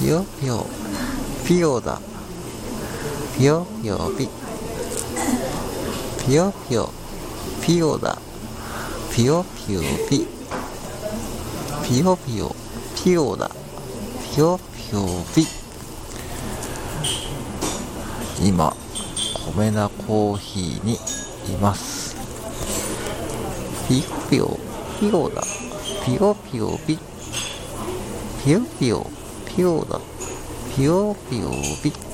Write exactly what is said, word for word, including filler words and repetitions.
ぴよぴよピヨだ。ぴよぴよピぴよぴよピヨだ。ぴよぴよピぴよぴよピヨだ。ぴよぴよピ。今米田コーヒーにいます。ぴよぴよピヨだ。ぴよぴよピぴよぴよピヨだ。ぴよぴよピ。